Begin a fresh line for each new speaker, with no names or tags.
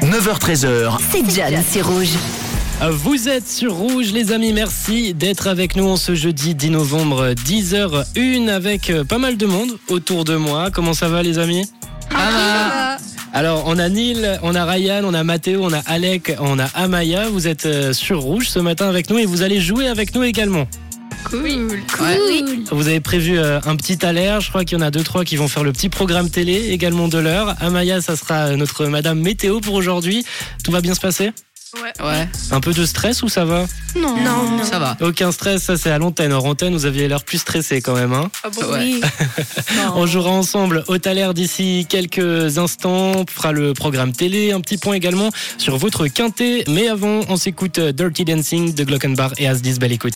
9h-13h.
C'est Jam, c'est Rouge.
Vous êtes sur Rouge, les amis. Merci d'être avec nous en ce jeudi 10 novembre, 10h01, avec pas mal de monde autour de moi. Comment ça va, les amis ? Alors, on a Neil, on a Ryan, on a Mathéo, on a Alec, on a Amaya. Vous êtes sur Rouge ce matin avec nous et vous allez jouer avec nous également.
Cool.
Vous avez prévu un petit alerte. Je crois qu'il y en a 2-3 qui vont faire le petit programme télé également de l'heure. Amaya, ça sera notre Madame Météo pour aujourd'hui. Tout va bien se passer ?
Ouais.
Un peu de stress ou ça va ?
Non. Ça va.
Aucun stress, ça c'est à l'antenne. En antenne, vous aviez l'air plus stressé quand même, hein ?
Ah bon,
Oui.
On jouera ensemble au Thaler d'ici quelques instants. On fera le programme télé, un petit point également sur votre quintet. Mais avant, on s'écoute Dirty Dancing de Glockenbach et Asdis. Belle écoute.